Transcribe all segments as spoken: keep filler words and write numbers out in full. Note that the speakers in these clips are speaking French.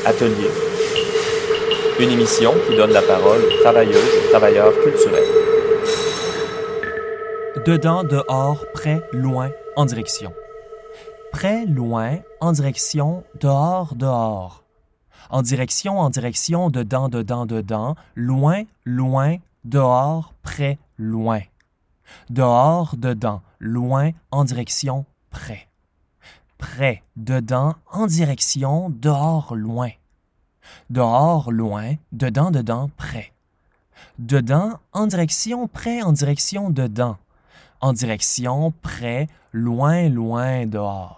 Atelier, une émission qui donne la parole aux travailleuses et travailleurs culturels. Dedans, dehors, près, loin, en direction. Près, loin, en direction, dehors, dehors. En direction, en direction, dedans, dedans, dedans, loin, loin, dehors, près, loin. Dehors, dedans, loin, en direction, près. Près, dedans, en direction, dehors, loin. Dehors, loin, dedans, dedans, près. Dedans, en direction, près, en direction, dedans. En direction, près, loin, loin, dehors.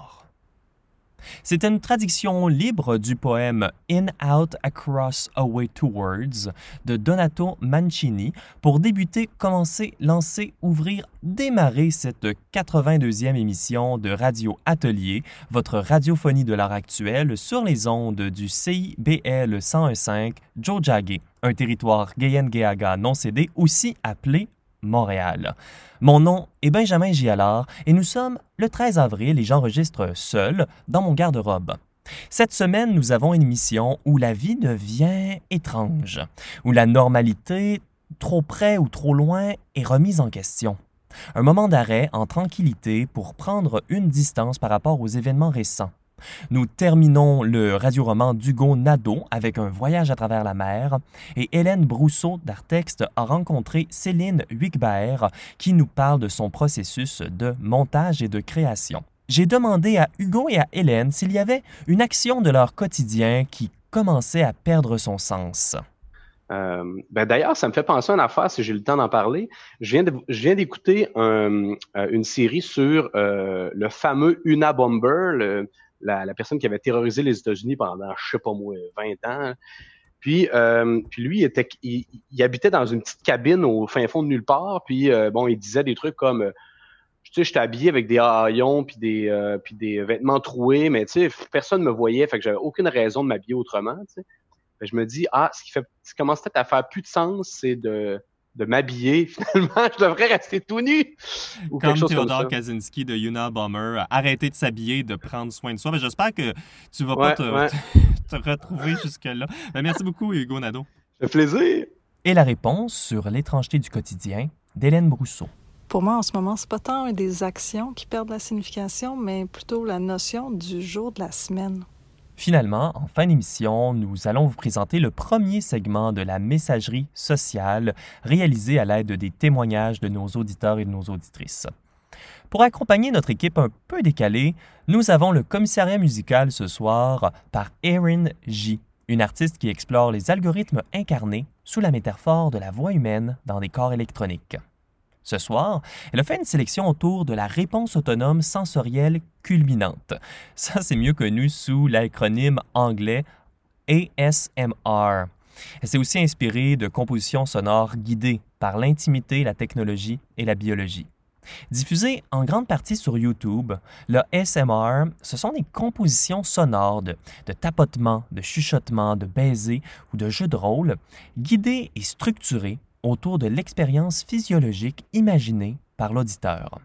C'est une traduction libre du poème In, Out, Across, Away, Towards de Donato Mancini pour débuter, commencer, lancer, ouvrir, démarrer cette quatre-vingt-deuxième émission de Radio Atelier, votre radiophonie de l'art actuel sur les ondes du C I B L cent un virgule cinq Tiohtià:ke, un territoire Kanien'kehá:ka non cédé, aussi appelé Montréal. Mon nom est Benjamin Gialard et nous sommes le treize avril et j'enregistre seul dans mon garde-robe. Cette semaine, nous avons une émission où la vie devient étrange, où la normalité, trop près ou trop loin, est remise en question. Un moment d'arrêt en tranquillité pour prendre une distance par rapport aux événements récents. Nous terminons le radioroman d'Hugo Nadeau avec un voyage à travers la mer et Hélène Brousseau d'Artexte a rencontré Céline Huygbaert qui nous parle de son processus de montage et de création. J'ai demandé à Hugo et à Hélène s'il y avait une action de leur quotidien qui commençait à perdre son sens. Euh, ben d'ailleurs, ça me fait penser à une affaire, si j'ai le temps d'en parler. Je viens, de, je viens d'écouter un, une série sur euh, le fameux Unabomber, le, la, la personne qui avait terrorisé les États-Unis pendant, je sais pas moi, vingt ans. Puis, euh, puis lui, il, était, il, il habitait dans une petite cabine au fin fond de nulle part. Puis, euh, bon, il disait des trucs comme, euh, tu sais, j'étais habillé avec des haillons puis des, euh, puis des vêtements troués, mais tu sais, personne me voyait, fait que j'avais aucune raison de m'habiller autrement, tu sais. Fait que je me dis, ah, ce qui fait, ce qui commence peut-être à faire plus de sens, c'est de de m'habiller. Finalement, je devrais rester tout nu. Ou comme Theodore comme Kaczynski de Unabomber, arrêter de s'habiller, de prendre soin de soi. Mais j'espère que tu ne vas ouais, pas te, ouais. te, te retrouver jusque-là. Mais merci beaucoup, Hugo Nadeau. Ça fait plaisir. Et la réponse sur l'étrangeté du quotidien d'Hélène Brousseau. Pour moi, en ce moment, c'est pas tant des actions qui perdent la signification, mais plutôt la notion du jour de la semaine. Finalement, en fin d'émission, nous allons vous présenter le premier segment de la messagerie sociale réalisé à l'aide des témoignages de nos auditeurs et de nos auditrices. Pour accompagner notre équipe un peu décalée, nous avons le commissariat musical ce soir par Erin J., une artiste qui explore les algorithmes incarnés sous la métaphore de la voix humaine dans des corps électroniques. Ce soir, elle a fait une sélection autour de la réponse autonome sensorielle culminante. Ça, c'est mieux connu sous l'acronyme anglais A S M R. Elle s'est aussi inspirée de compositions sonores guidées par l'intimité, la technologie et la biologie. Diffusées en grande partie sur YouTube, le A S M R, ce sont des compositions sonores de, de tapotements, de chuchotements, de baisers ou de jeux de rôle, guidées et structurées autour de l'expérience physiologique imaginée par l'auditeur.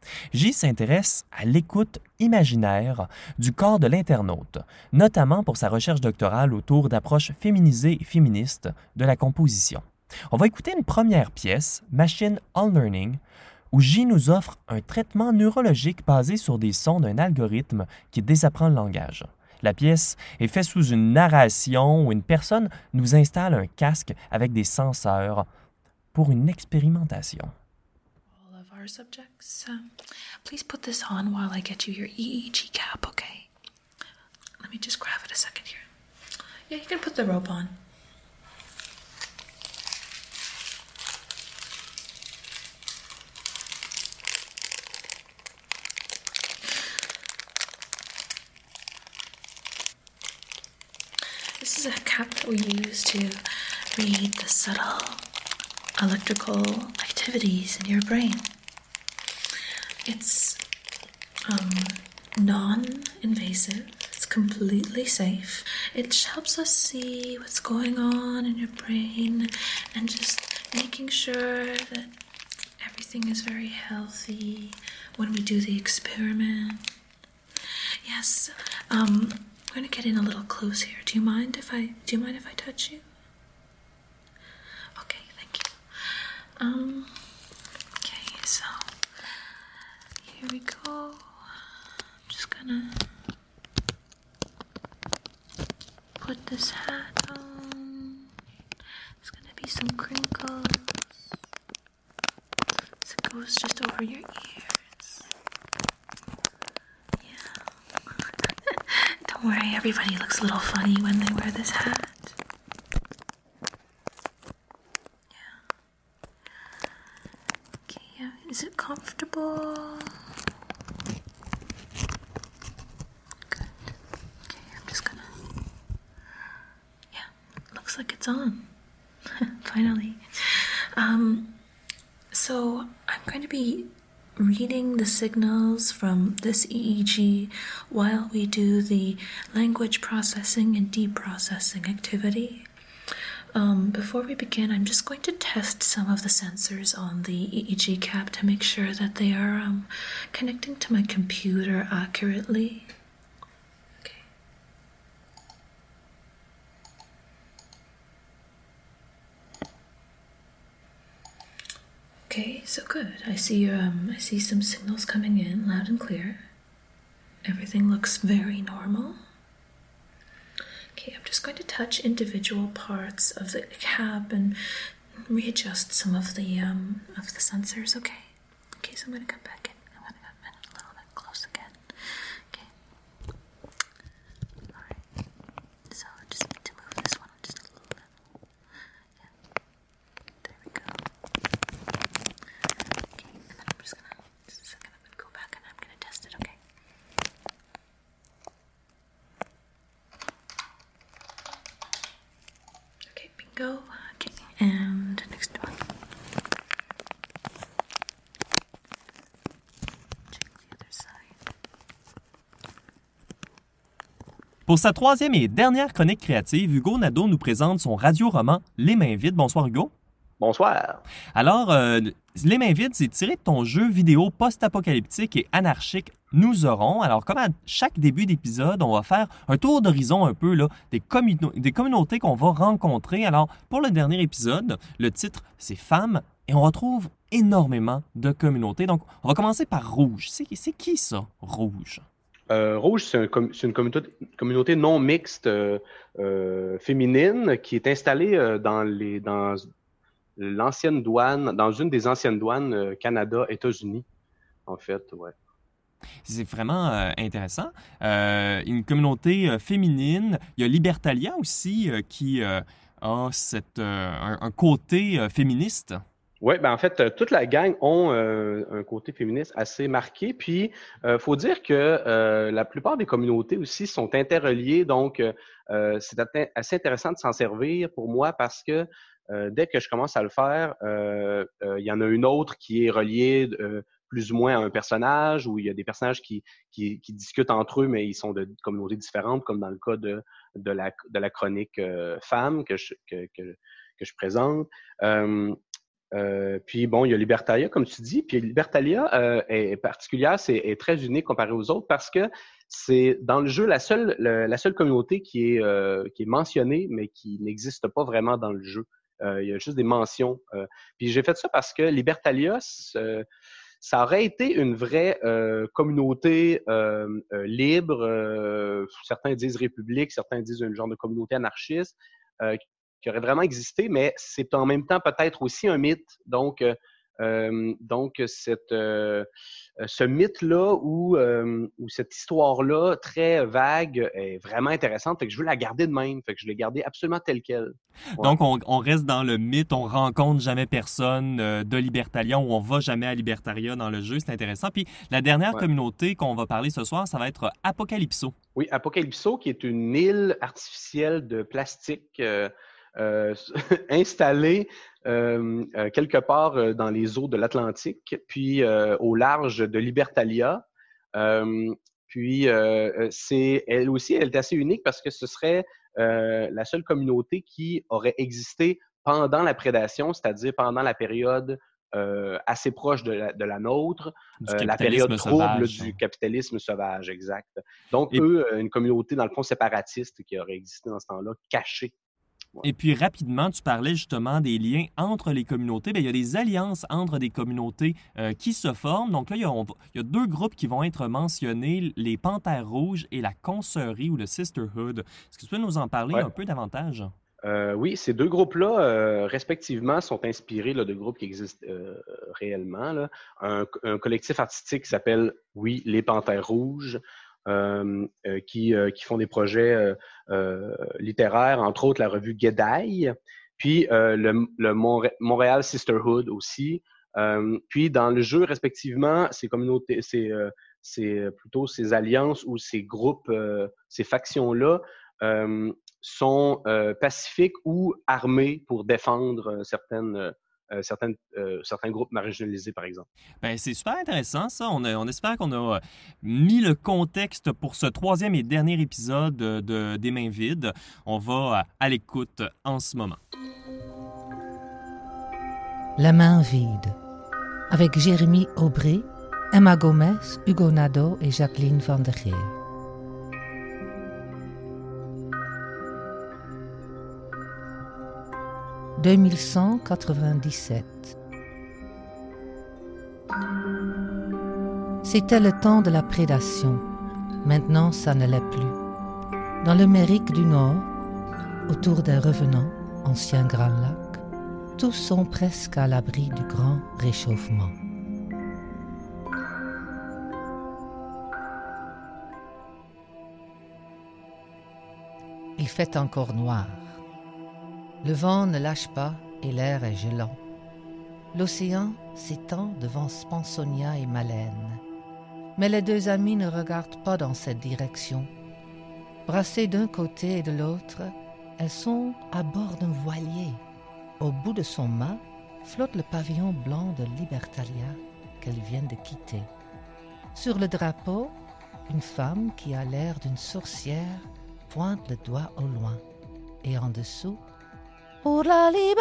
J s'intéresse à l'écoute imaginaire du corps de l'internaute, notamment pour sa recherche doctorale autour d'approches féminisées et féministes de la composition. On va écouter une première pièce, Machine Unlearning, où J nous offre un traitement neurologique basé sur des sons d'un algorithme qui désapprend le langage. La pièce est faite sous une narration où une personne nous installe un casque avec des senseurs pour une expérimentation. All of our subjects, um, please put this on while I get you your E E G cap, okay? Let me just grab it a second here. Yeah, you can put the rope on. This is a cap that we use to read the subtle electrical activities in your brain. It's um, non-invasive, it's completely safe. It helps us see what's going on in your brain and just making sure that everything is very healthy when we do the experiment. Yes, um, I'm going to get in a little close here. Do you mind if I do you mind if I touch you? Okay, thank you. Um okay, so here we go. I'm just gonna put this hat on. There's gonna be some crinkles. So it goes just over your ears. Yeah. Don't worry, everybody looks a little funny when they wear this hat. Yeah. Okay, yeah. Is it comfortable? Good. Okay, I'm just gonna... Yeah, looks like it's on. Finally. Um, so I'm going to be reading the signals from this E E G while we do the language processing and deprocessing activity. Um, before we begin, I'm just going to test some of the sensors on the E E G cap to make sure that they are um, connecting to my computer accurately. Okay. Okay, so good. I see um, I see some signals coming in loud and clear. Everything looks very normal. Okay, I'm just going to touch individual parts of the cap and readjust some of the um of the sensors. Okay. Okay, so I'm going to come back in. I'm going to come in a little bit close again. Okay. All right. So I just need to move this one just a little bit. Yeah. There we go. Okay, and then I'm just gonna just a second. I'm gonna go back and I'm gonna test it. Okay. Okay, bingo. Okay, and next one. Check the other side. Pour sa troisième et dernière chronique créative, Hugo Nadeau nous présente son radio-roman Les Mains Vides. Bonsoir Hugo. Bonsoir. Alors, euh, Les Mains Vides, c'est tiré de ton jeu vidéo post-apocalyptique et anarchique Nous Aurons. Alors, comme à chaque début d'épisode, on va faire un tour d'horizon un peu là, des, communo- des communautés qu'on va rencontrer. Alors, pour le dernier épisode, le titre, c'est Femmes, et on retrouve énormément de communautés. Donc, on va commencer par Rouge. C'est, c'est qui ça, Rouge? Euh, Rouge, c'est, un com- c'est une communauté, communauté non mixte euh, euh, féminine qui est installée euh, dans, les, dans l'ancienne douane, dans une des anciennes douanes euh, Canada-États-Unis, en fait, ouais. C'est vraiment euh, intéressant. Euh, une communauté euh, féminine. Il y a Libertalia aussi euh, qui euh, a cette, euh, un, un côté euh, féministe. Oui, ben en fait, euh, toute la gang ont euh, un côté féministe assez marqué. Puis, il euh, faut dire que euh, la plupart des communautés aussi sont interreliées. Donc, euh, c'est atte- assez intéressant de s'en servir pour moi parce que euh, dès que je commence à le faire, euh, euh, il y en a une autre qui est reliée euh, plus ou moins à un personnage, où il y a des personnages qui, qui, qui discutent entre eux, mais ils sont de communautés différentes, comme dans le cas de, de, la, de la chronique euh, Femmes que je, que, que, que je présente. Euh, Euh, puis bon, il y a Libertalia, comme tu dis. Puis Libertalia euh, est particulière, c'est est très unique comparé aux autres parce que c'est dans le jeu la seule le, la seule communauté qui est euh, qui est mentionnée, mais qui n'existe pas vraiment dans le jeu. Euh, il y a juste des mentions. Euh, puis j'ai fait ça parce que Libertalia, ça aurait été une vraie euh, communauté euh, euh, libre. Euh, certains disent république, certains disent un genre de communauté anarchiste. Euh, qui aurait vraiment existé, mais c'est en même temps peut-être aussi un mythe. Donc, euh, donc cette, euh, ce mythe-là ou, euh, ou cette histoire-là très vague est vraiment intéressante. Fait que je veux la garder de même. Fait que je l'ai gardée absolument telle quelle. Ouais. Donc, on, on reste dans le mythe, on rencontre jamais personne euh, de Libertalia ou on va jamais à Libertalia dans le jeu. C'est intéressant. Puis la dernière ouais. communauté qu'on va parler ce soir, ça va être Apocalypso. Oui, Apocalypso, qui est une île artificielle de plastique euh, Euh, installé euh, euh, quelque part euh, dans les eaux de l'Atlantique, puis euh, au large de Libertalia. Euh, puis, euh, c'est, elle aussi, elle est assez unique parce que ce serait euh, la seule communauté qui aurait existé pendant la prédation, c'est-à-dire pendant la période euh, assez proche de la, de la nôtre, Du euh, la période trouble sauvage. du capitalisme sauvage, exact. Donc, Et- eux, une communauté, dans le fond, séparatiste qui aurait existé dans ce temps-là, cachée. Et puis rapidement, tu parlais justement des liens entre les communautés. Bien, il y a des alliances entre des communautés euh, qui se forment. Donc là, il y, a, on va- il y a deux groupes qui vont être mentionnés, les Panthères Rouges et la Consoerie ou le Sisterhood. Est-ce que tu peux nous en parler Ouais. un peu davantage? Euh, oui, ces deux groupes-là, euh, respectivement, sont inspirés là, de groupes qui existent euh, réellement. Là. Un, un collectif artistique qui s'appelle, oui, les Panthères Rouges, euh, euh, qui, euh, qui font des projets euh, euh, littéraires, entre autres la revue Guédaille, puis euh, le, le Monré- Montréal Sisterhood aussi. Euh, puis dans le jeu, respectivement, ces communautés, ces, euh, ces, plutôt ces alliances ou ces groupes, euh, ces factions-là, euh, sont euh, pacifiques ou armés pour défendre euh, certaines, euh, certaines, euh, certains groupes marginalisés, par exemple. Ben, c'est super intéressant, ça. On, a- on espère qu'on a euh, mis le contexte pour ce troisième et dernier épisode de, de- des Mains Vides. On va euh, à l'écoute en ce moment. La main vide, avec Jérémy Aubry, Emma Gomez, Hugo Nadeau et Jacqueline Van der Geer. deux mille cent quatre-vingt-dix-sept. C'était le temps de la prédation. Maintenant, ça ne l'est plus. Dans l'Amérique du Nord, autour des revenants, anciens Grands Lacs, tous sont presque à l'abri du grand réchauffement. Il fait encore noir. Le vent ne lâche pas et l'air est gelant. L'océan s'étend devant Spensonia et Malène. Mais les deux amis ne regardent pas dans cette direction. Brassées d'un côté et de l'autre, elles sont à bord d'un voilier. Au bout de son mât flotte le pavillon blanc de Libertalia qu'elles viennent de quitter. Sur le drapeau, une femme qui a l'air d'une sorcière pointe le doigt au loin. Et en dessous, « Pour la liberté !»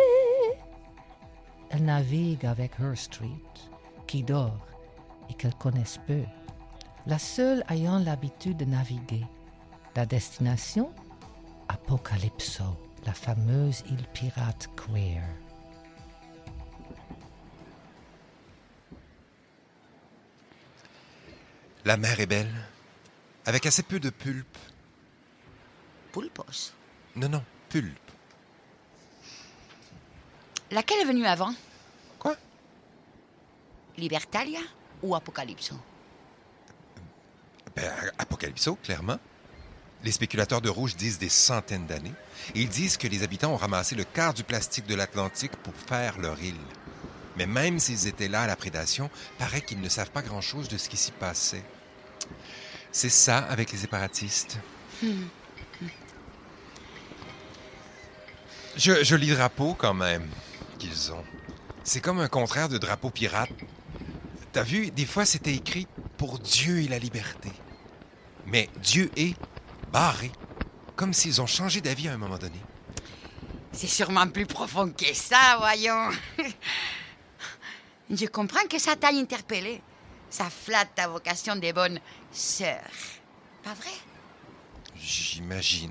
Elle navigue avec Her Street, qui dort et qu'elles connaissent peu, la seule ayant l'habitude de naviguer. La destination, Apocalypso, la fameuse île pirate queer. La mer est belle, avec assez peu de pulpe. Pulpos. Non, non, pulpe. Laquelle est venue avant? Quoi? Libertalia ou Apocalypso? Ben, Apocalypso, clairement. Les spéculateurs de rouge disent des centaines d'années. Et ils disent que les habitants ont ramassé le quart du plastique de l'Atlantique pour faire leur île. Mais même s'ils étaient là à la prédation, paraît qu'ils ne savent pas grand-chose de ce qui s'y passait. C'est ça avec les séparatistes. Hmm. Je, joli drapeau, quand même, qu'ils ont. C'est comme un contraire de drapeau pirate. T'as vu, des fois, c'était écrit « Pour Dieu et la liberté ». Mais Dieu est barré, comme s'ils ont changé d'avis à un moment donné. C'est sûrement plus profond que ça, voyons. Je comprends que ça t'aille interpellé. Ça flatte ta vocation des bonnes sœurs. Pas vrai? J'imagine.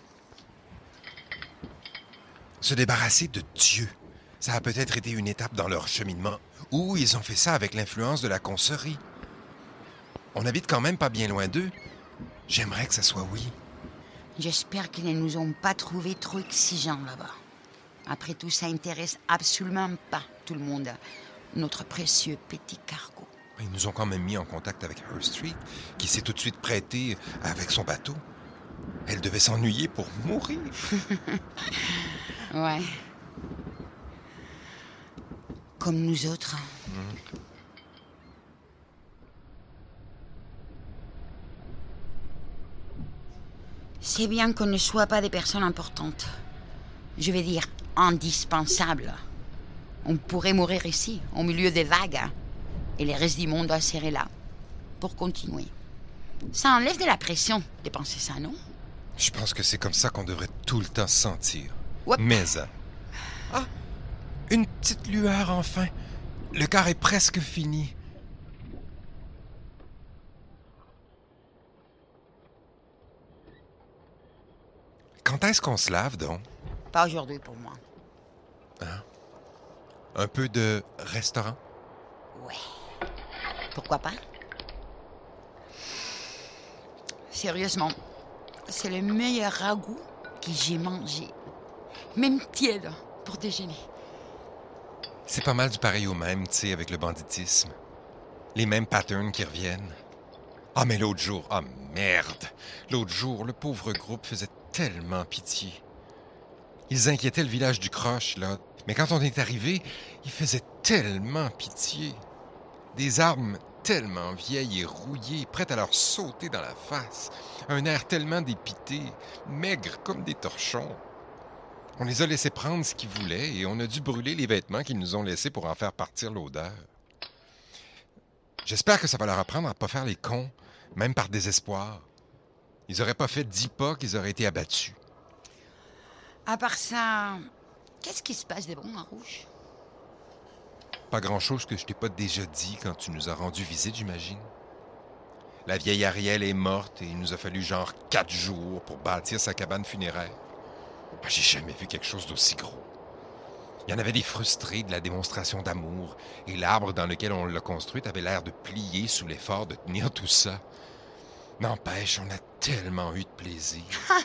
Se débarrasser de Dieu, ça a peut-être été une étape dans leur cheminement, ou ils ont fait ça avec l'influence de la consoerie. On habite quand même pas bien loin d'eux. J'aimerais que ça soit oui. J'espère qu'ils ne nous ont pas trouvé trop exigeants là-bas. Après tout, ça intéresse absolument pas tout le monde. Notre précieux petit cargo. Ils nous ont quand même mis en contact avec Her Street, qui s'est tout de suite prêtée avec son bateau. Elle devait s'ennuyer pour mourir. Ouais. Comme nous autres. Mmh. C'est bien qu'on ne soit pas des personnes importantes. Je vais dire indispensables. On pourrait mourir ici, au milieu des vagues. Et le reste du monde doit serrer là. Pour continuer. Ça enlève de la pression de penser ça, non? Je pense que c'est comme ça qu'on devrait tout le temps se sentir. Ouais. Mais... Ah! Une petite lueur enfin. Le quart est presque fini. Quand est-ce qu'on se lave, donc? Pas aujourd'hui pour moi. Hein? Un peu de restaurant? Ouais. Pourquoi pas? Sérieusement, c'est le meilleur ragoût que j'ai mangé. Même tiède pour déjeuner. C'est pas mal du pareil au même, tu sais, avec le banditisme. Les mêmes patterns qui reviennent. Ah, mais l'autre jour, ah merde! L'autre jour, le pauvre groupe faisait tellement pitié. Ils inquiétaient le village du Croche, là. Mais quand on est arrivé, ils faisaient tellement pitié. Des armes tellement vieilles et rouillées, prêtes à leur sauter dans la face. Un air tellement dépité, maigre comme des torchons. On les a laissés prendre ce qu'ils voulaient et on a dû brûler les vêtements qu'ils nous ont laissés pour en faire partir l'odeur. J'espère que ça va leur apprendre à pas faire les cons, même par désespoir. Ils auraient pas fait dix pas qu'ils auraient été abattus. À part ça, qu'est-ce qui se passe de bon à Rouge? Pas grand-chose que je t'ai pas déjà dit quand tu nous as rendu visite, j'imagine. La vieille Ariel est morte et il nous a fallu genre quatre jours pour bâtir sa cabane funéraire. Ah, j'ai jamais vu quelque chose d'aussi gros. Il y en avait des frustrés de la démonstration d'amour et l'arbre dans lequel on l'a construite avait l'air de plier sous l'effort de tenir tout ça. N'empêche, on a tellement eu de plaisir.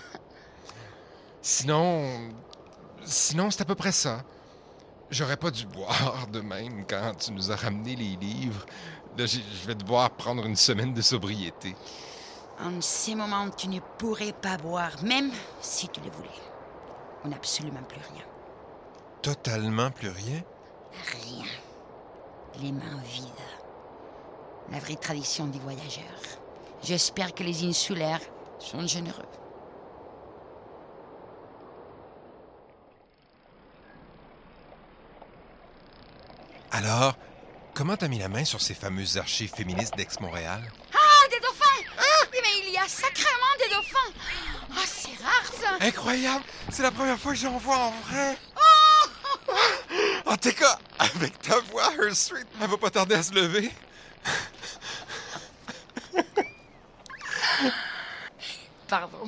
Sinon... Sinon, c'est à peu près ça. J'aurais pas dû boire de même quand tu nous as ramené les livres. Là, je vais devoir prendre une semaine de sobriété. En ces moments, tu ne pourrais pas boire, même si tu le voulais. On n'a absolument plus rien. Totalement plus rien? Rien. Les mains vides. La vraie tradition des voyageurs. J'espère que les insulaires sont généreux. Alors, comment t'as mis la main sur ces fameuses archives féministes d'Aix-Montréal? Ah, des dauphins! Ah! Oui, mais il y a sacrément des dauphins! Ah, oh, c'est rare, ça! Incroyable! C'est la première fois que j'en vois en vrai! Oh! En tout cas, avec ta voix, Her Street, elle va pas tarder à se lever. Pardon.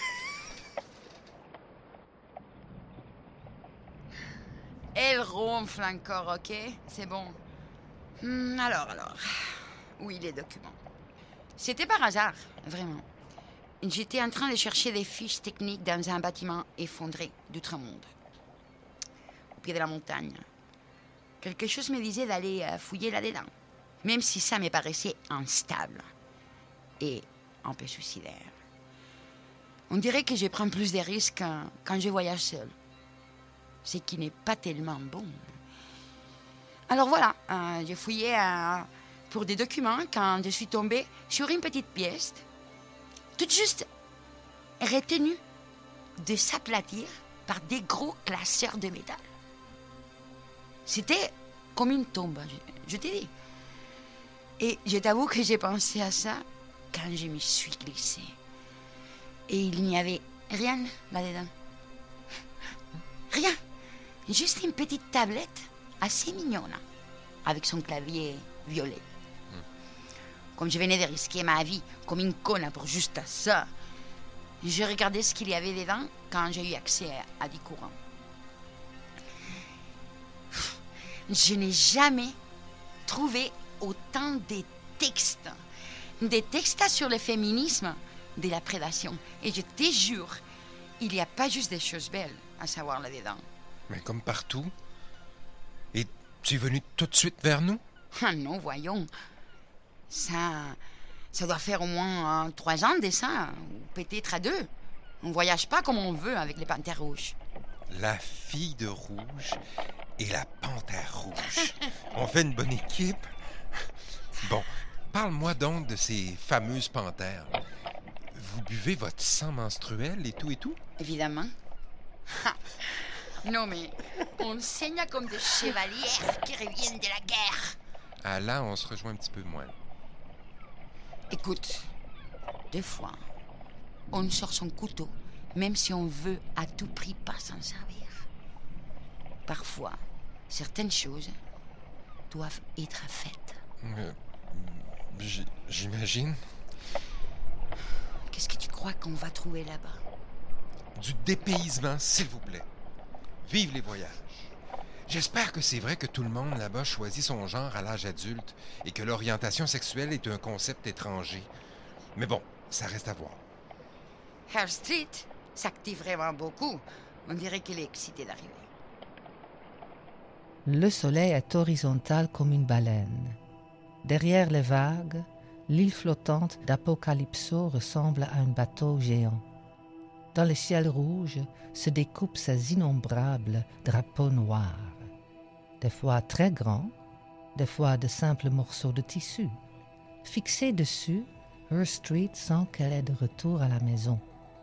Elle ronfle encore, ok? C'est bon. Hmm, alors, alors. Oui, les documents. C'était par hasard, vraiment. J'étais en train de chercher des fiches techniques dans un bâtiment effondré d'outre-monde, au pied de la montagne. Quelque chose me disait d'aller fouiller là-dedans, même si ça me paraissait instable et un peu suicidaire. On dirait que je prends plus de risques quand, quand je voyage seul. Ce qui n'est pas tellement bon. Alors voilà, euh, j'ai fouillé euh, pour des documents quand je suis tombée sur une petite pièce, toute juste retenue de s'aplatir par des gros classeurs de métal. C'était comme une tombe, je, je t'ai dit. Et je t'avoue que j'ai pensé à ça quand je me suis glissée. Et il n'y avait rien là-dedans. Rien. Juste une petite tablette assez mignonne, avec son clavier violet. Mm. Comme je venais de risquer ma vie comme une conne pour juste ça, je regardais ce qu'il y avait dedans quand j'ai eu accès à des courants. Je n'ai jamais trouvé autant de textes. Des textes sur le féminisme, de la prédation. Et je te jure, il n'y a pas juste des choses belles à savoir là-dedans. Mais comme partout. Et tu es venu tout de suite vers nous? Ah non, voyons. Ça, ça doit faire au moins euh, trois ans de ça, ou peut-être à deux. On voyage pas comme on veut avec les panthères rouges. La fille de rouge et la panthère rouge. On fait une bonne équipe. Bon, parle-moi donc de ces fameuses panthères. Vous buvez votre sang menstruel et tout et tout? Évidemment. Non, mais on saigne comme des chevalières qui reviennent de la guerre. Ah là, on se rejoint un petit peu moins. Écoute, des fois, on sort son couteau, même si on veut à tout prix pas s'en servir. Parfois, certaines choses doivent être faites. Euh, j- j'imagine. Qu'est-ce que tu crois qu'on va trouver là-bas? Du dépaysement, s'il vous plaît. Vive les voyages. J'espère que c'est vrai que tout le monde là-bas choisit son genre à l'âge adulte et que l'orientation sexuelle est un concept étranger. Mais bon, ça reste à voir. Hare Street s'active vraiment beaucoup. On dirait qu'il est excité d'arriver. Le soleil est horizontal comme une baleine. Derrière les vagues, l'île flottante d'Apocalypso ressemble à un bateau géant. Dans le ciel rouge se découpent ces innombrables drapeaux noirs. Des fois très grands, des fois de simples morceaux de tissu. Fixés dessus, Hare Street sent qu'elle est de retour à la maison.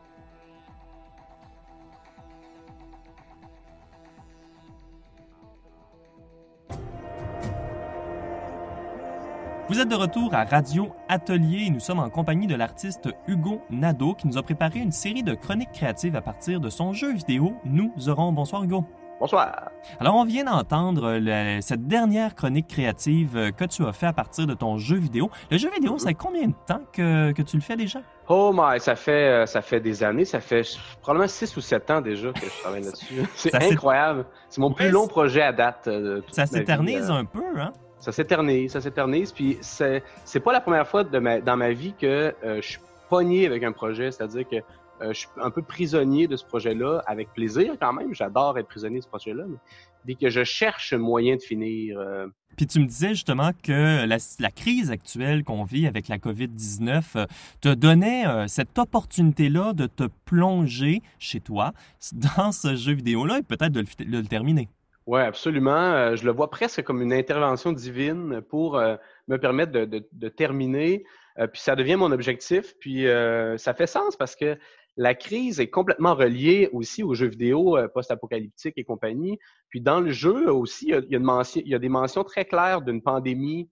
Vous êtes de retour à Radio Atelier et nous sommes en compagnie de l'artiste Hugo Nadeau qui nous a préparé une série de chroniques créatives à partir de son jeu vidéo Nous aurons. Bonsoir Hugo. Bonsoir. Alors on vient d'entendre le, cette dernière chronique créative que tu as fait à partir de ton jeu vidéo. Le jeu vidéo, mm-hmm. ça fait combien de temps que, que tu le fais déjà? Oh my, ça fait, ça fait des années, ça fait probablement six ou sept ans déjà que je travaille là-dessus. C'est ça incroyable. C'est mon plus ouais, long projet à date. Euh, ça s'éternise euh... un peu, hein? Ça s'éternise, ça s'éternise, puis c'est, c'est pas la première fois de ma, dans ma vie que euh, je suis pogné avec un projet, c'est-à-dire que euh, je suis un peu prisonnier de ce projet-là, avec plaisir quand même, j'adore être prisonnier de ce projet-là, mais dès que je cherche un moyen de finir... Euh... Puis tu me disais justement que la, la crise actuelle qu'on vit avec la covid dix-neuf euh, te donnait euh, cette opportunité-là de te plonger chez toi dans ce jeu vidéo-là et peut-être de le, de le terminer. Oui, absolument. Euh, je le vois presque comme une intervention divine pour euh, me permettre de, de, de terminer. Euh, puis ça devient mon objectif. Puis euh, ça fait sens parce que la crise est complètement reliée aussi aux jeux vidéo euh, post-apocalyptiques et compagnie. Puis dans le jeu aussi, il y a, il y a, une mention, il y a des mentions très claires d'une pandémie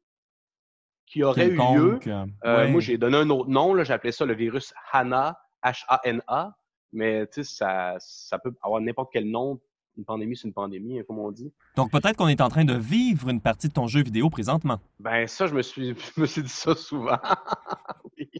qui aurait Quelconque. eu lieu. Euh, ouais. Moi, j'ai donné un autre nom. Là, j'ai appelé ça le virus Hana, H A N A. Mais tu sais, ça, ça peut avoir n'importe quel nom. Une pandémie, c'est une pandémie, comme on dit. Donc, peut-être qu'on est en train de vivre une partie de ton jeu vidéo présentement. Ben ça, je me suis, je me suis dit ça souvent. Oui.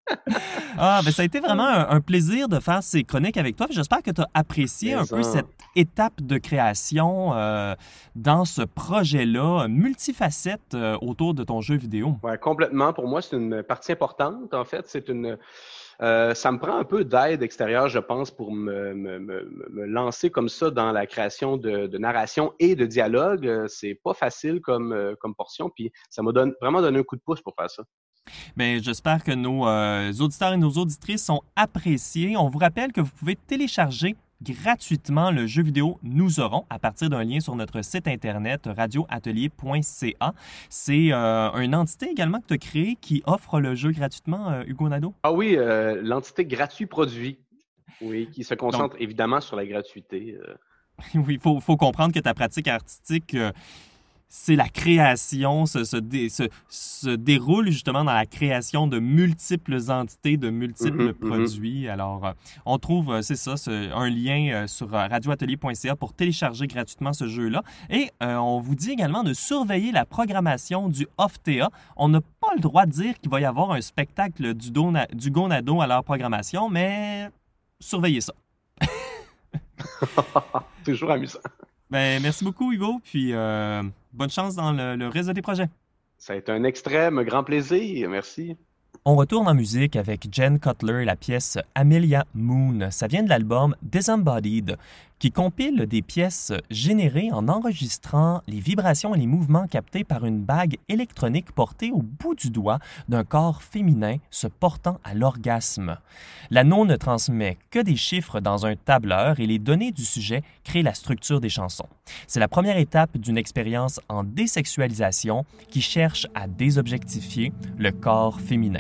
Ah, ben ça a été vraiment un, un plaisir de faire ces chroniques avec toi. J'espère que tu as apprécié Mais un ça. peu cette étape de création euh, dans ce projet-là, multifacette euh, autour de ton jeu vidéo. Oui, complètement. Pour moi, c'est une partie importante. En fait, c'est une... Euh, ça me prend un peu d'aide extérieure, je pense, pour me, me, me, me lancer comme ça dans la création de, de narration et de dialogue. Euh, c'est pas facile comme, euh, comme portion, puis ça m'a donne, vraiment donné un coup de pouce pour faire ça. Bien, j'espère que nos euh, auditeurs et nos auditrices ont apprécié. On vous rappelle que vous pouvez télécharger gratuitement le jeu vidéo Nous aurons à partir d'un lien sur notre site internet radio atelier point c a. C'est euh, une entité également que tu as créée qui offre le jeu gratuitement, euh, Hugo Nadeau? Ah oui, euh, l'entité Gratuit Produit, oui, qui se concentre Donc, évidemment sur la gratuité. Euh... Oui, il faut, faut comprendre que ta pratique artistique... Euh, c'est la création, se, se, dé, se, se déroule justement dans la création de multiples entités, de multiples mm-hmm, produits. Mm-hmm. Alors, euh, on trouve, c'est ça, ce, un lien euh, sur radio atelier point c a pour télécharger gratuitement ce jeu-là. Et euh, on vous dit également de surveiller la programmation du O F T A. On n'a pas le droit de dire qu'il va y avoir un spectacle du, Dona, du Gonado à leur programmation, mais surveillez ça. Toujours amusant. Ben, merci beaucoup, Hugo, puis euh, bonne chance dans le, le reste de tes projets. Ça a été un extrême grand plaisir, merci. On retourne en musique avec Jen Cutler et la pièce Amelia Moon. Ça vient de l'album Disembodied, qui compile des pièces générées en enregistrant les vibrations et les mouvements captés par une bague électronique portée au bout du doigt d'un corps féminin se portant à l'orgasme. L'anneau ne transmet que des chiffres dans un tableur et les données du sujet créent la structure des chansons. C'est la première étape d'une expérience en désexualisation qui cherche à désobjectifier le corps féminin.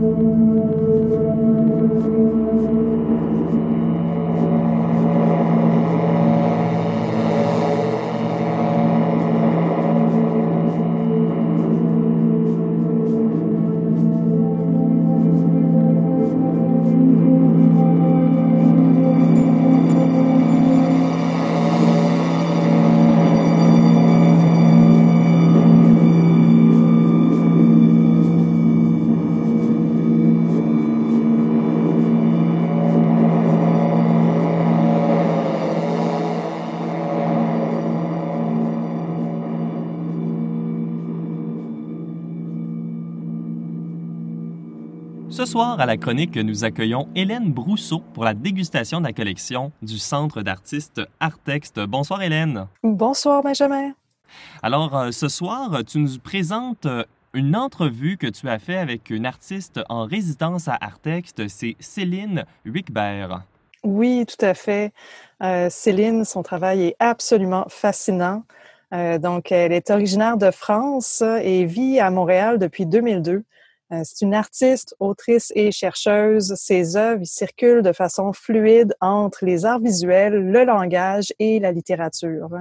Ce soir, à la chronique, nous accueillons Hélène Brousseau pour la dégustation de la collection du Centre d'artistes Artexte. Bonsoir Hélène. Bonsoir Benjamin. Alors, euh, ce soir, tu nous présentes euh, une entrevue que tu as faite avec une artiste en résidence à Artexte, c'est Céline Huicbert. Oui, tout à fait. Euh, Céline, son travail est absolument fascinant. Euh, donc, elle est originaire de France et vit à Montréal depuis deux mille deux. Euh, c'est une artiste, autrice et chercheuse. Ses œuvres circulent de façon fluide entre les arts visuels, le langage et la littérature.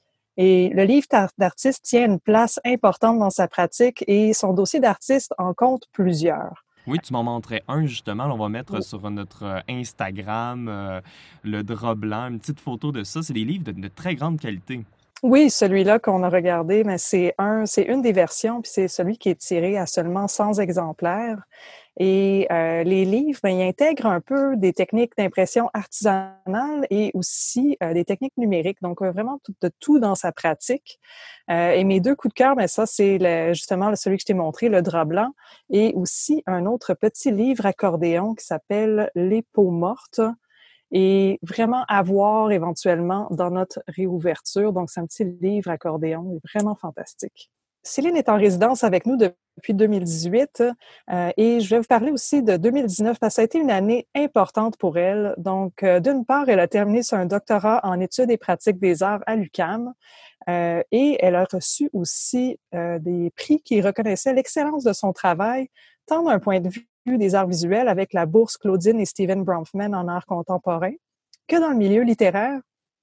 Et le livre d'artiste tient une place importante dans sa pratique et son dossier d'artiste en compte plusieurs. Oui, tu m'en montrais un justement. On va mettre oui. sur notre Instagram euh, le drap blanc, une petite photo de ça. C'est des livres de, de très grande qualité. Oui, celui-là qu'on a regardé, mais c'est un, c'est une des versions, puis c'est celui qui est tiré à seulement cent exemplaires. Et euh, les livres, ben, ils intègrent un peu des techniques d'impression artisanale et aussi euh, des techniques numériques. Donc, vraiment tout, de tout dans sa pratique. Euh, et mes deux coups de cœur, ben, ça, c'est le, justement celui que je t'ai montré, le drap blanc, et aussi un autre petit livre accordéon qui s'appelle Les peaux mortes. Et vraiment à voir éventuellement dans notre réouverture. Donc, c'est un petit livre accordéon, vraiment fantastique. Céline est en résidence avec nous depuis deux mille dix-huit euh, et je vais vous parler aussi de deux mille dix-neuf parce que ça a été une année importante pour elle. Donc, euh, d'une part, elle a terminé sur un doctorat en études et pratiques des arts à l'U Q A M euh, et elle a reçu aussi euh, des prix qui reconnaissaient l'excellence de son travail, tant d'un point de vue des arts visuels avec la bourse Claudine et Steven Bronfman en art contemporain, que dans le milieu littéraire,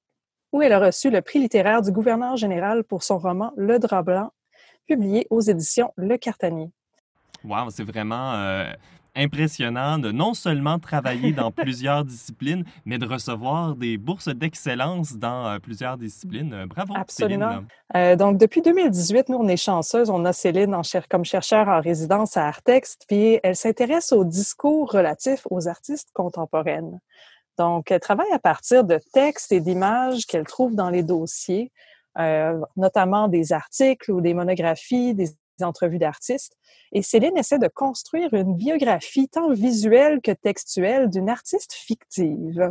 où elle a reçu le prix littéraire du gouverneur général pour son roman Le drap blanc, publié aux éditions Le Cartanier. Wow, c'est vraiment euh, impressionnant de non seulement travailler dans plusieurs disciplines, mais de recevoir des bourses d'excellence dans euh, plusieurs disciplines. Bravo, absolument. Céline. Euh, donc, depuis deux mille dix-huit, nous, on est chanceuses. On a Céline en cher- comme chercheure en résidence à Artexte, puis elle s'intéresse aux discours relatifs aux artistes contemporaines. Donc, elle travaille à partir de textes et d'images qu'elle trouve dans les dossiers, euh, notamment des articles ou des monographies, des entrevues d'artistes. Et Céline essaie de construire une biographie tant visuelle que textuelle d'une artiste fictive.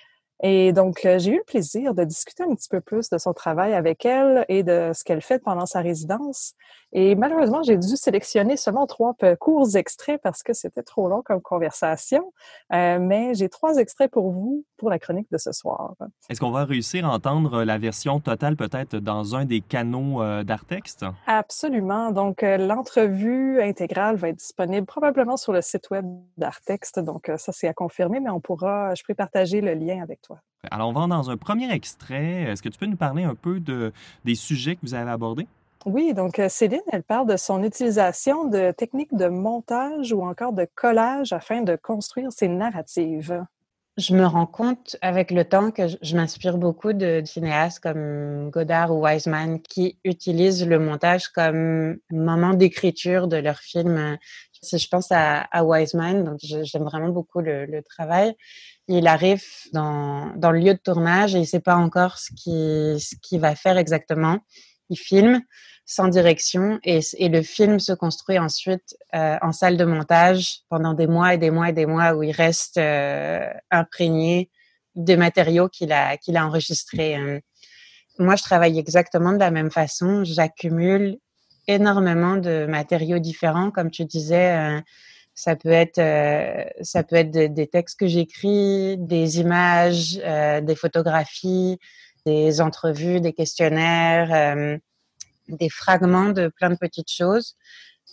Et donc, euh, j'ai eu le plaisir de discuter un petit peu plus de son travail avec elle et de ce qu'elle fait pendant sa résidence. Et malheureusement, j'ai dû sélectionner seulement trois courts extraits parce que c'était trop long comme conversation. Euh, mais j'ai trois extraits pour vous pour la chronique de ce soir. Est-ce qu'on va réussir à entendre la version totale peut-être dans un des canaux euh, d'Artexte? Absolument. Donc, euh, l'entrevue intégrale va être disponible probablement sur le site web d'Artexte. Donc, euh, ça, c'est à confirmer, mais on pourra, je pourrais partager le lien avec toi. Alors, on va dans un premier extrait. Est-ce que tu peux nous parler un peu de, des sujets que vous avez abordés? Oui, donc Céline, elle parle de son utilisation de techniques de montage ou encore de collage afin de construire ses narratives. Je me rends compte avec le temps que je m'inspire beaucoup de cinéastes comme Godard ou Wiseman qui utilisent le montage comme moment d'écriture de leur film. Si je pense à, à Wiseman, donc j'aime vraiment beaucoup le, le travail. Il arrive dans, dans le lieu de tournage et il ne sait pas encore ce qu'il, ce qu'il va faire exactement. Il filme sans direction et, et le film se construit ensuite euh, en salle de montage pendant des mois et des mois et des mois où il reste euh, imprégné des matériaux qu'il a, qu'il a enregistrés. Moi, je travaille exactement de la même façon. J'accumule énormément de matériaux différents, comme tu disais. Euh, ça peut être, euh, ça peut être de, des textes que j'écris, des images, euh, des photographies, des entrevues, des questionnaires, euh, des fragments de plein de petites choses.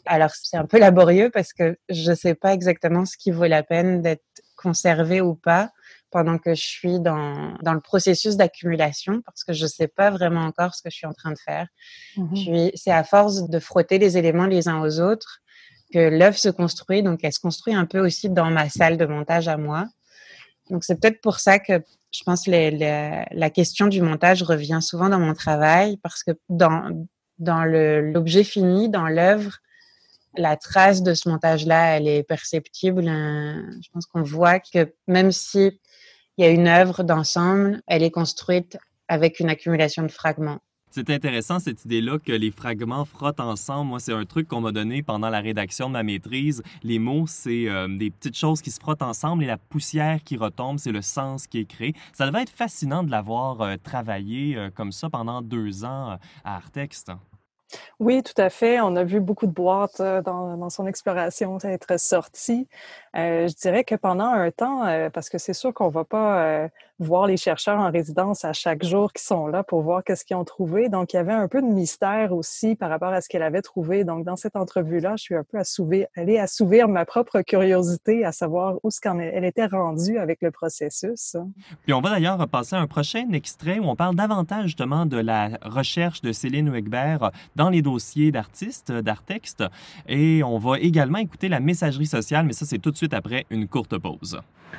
Alors, c'est un peu laborieux parce que je ne sais pas exactement ce qui vaut la peine d'être conservé ou pas pendant que je suis dans, dans le processus d'accumulation parce que je ne sais pas vraiment encore ce que je suis en train de faire. Mmh. Puis, c'est à force de frotter les éléments les uns aux autres que l'œuvre se construit. Donc, elle se construit un peu aussi dans ma salle de montage à moi. Donc, c'est peut-être pour ça que je pense que les, les, la question du montage revient souvent dans mon travail parce que dans, dans le, l'objet fini, dans l'œuvre, la trace de ce montage-là, elle est perceptible. Je pense qu'on voit que même si il y a une œuvre d'ensemble, elle est construite avec une accumulation de fragments. C'est intéressant cette idée-là que les fragments frottent ensemble. Moi, c'est un truc qu'on m'a donné pendant la rédaction de ma maîtrise. Les mots, c'est euh, des petites choses qui se frottent ensemble et la poussière qui retombe, c'est le sens qui est créé. Ça devait être fascinant de l'avoir euh, travaillé euh, comme ça pendant deux ans euh, à Artexte. Oui, tout à fait. On a vu beaucoup de boîtes euh, dans, dans son exploration être sorties. Euh, je dirais que pendant un temps, euh, parce que c'est sûr qu'on va pas euh, voir les chercheurs en résidence à chaque jour qui sont là pour voir qu'est-ce qu'ils ont trouvé. Donc, il y avait un peu de mystère aussi par rapport à ce qu'elle avait trouvé. Donc, dans cette entrevue-là, je suis un peu assouvir, allée assouvir ma propre curiosité à savoir où ce qu'en elle était rendue avec le processus. Puis on va d'ailleurs passer à un prochain extrait où on parle davantage justement de la recherche de Céline Huygheberg dans les dossiers d'artistes, d'Artexte. Et on va également écouter la messagerie sociale, mais ça, c'est tout de suite après une courte pause.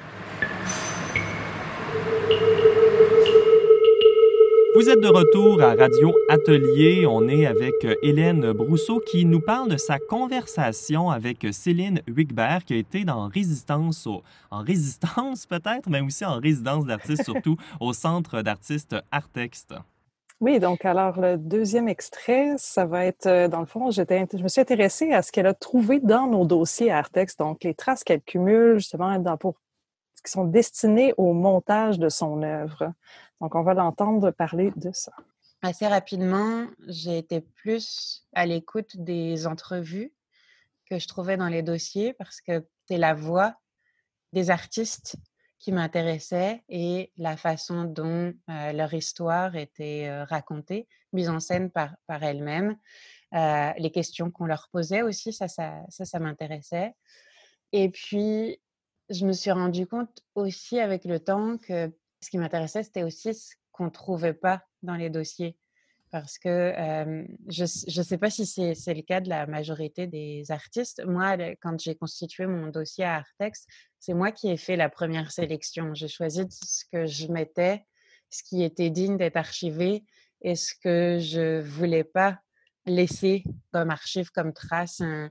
Vous êtes de retour à Radio Atelier. On est avec Hélène Brousseau qui nous parle de sa conversation avec Céline Huygheberg qui a été dans résistance, au, en résistance peut-être, mais aussi en résidence d'artistes, surtout au Centre d'artistes Artexte. Oui, donc alors le deuxième extrait, ça va être, euh, dans le fond, j'étais, je me suis intéressée à ce qu'elle a trouvé dans nos dossiers Artexte, donc les traces qu'elle cumule justement dans, pour, qui sont destinées au montage de son œuvre. Donc on va l'entendre parler de ça. Assez rapidement, j'ai été plus à l'écoute des entrevues que je trouvais dans les dossiers parce que c'est la voix des artistes qui m'intéressait et la façon dont euh, leur histoire était euh, racontée, mise en scène par, par elles-mêmes. Euh, les questions qu'on leur posait aussi, ça, ça, ça, ça m'intéressait. Et puis, je me suis rendu compte aussi avec le temps que ce qui m'intéressait, c'était aussi ce qu'on ne trouvait pas dans les dossiers. Parce que euh, je ne sais pas si c'est, c'est le cas de la majorité des artistes. Moi, quand j'ai constitué mon dossier à Artexte, c'est moi qui ai fait la première sélection. J'ai choisi ce que je mettais, ce qui était digne d'être archivé et ce que je ne voulais pas laisser comme archive, comme trace. Hein.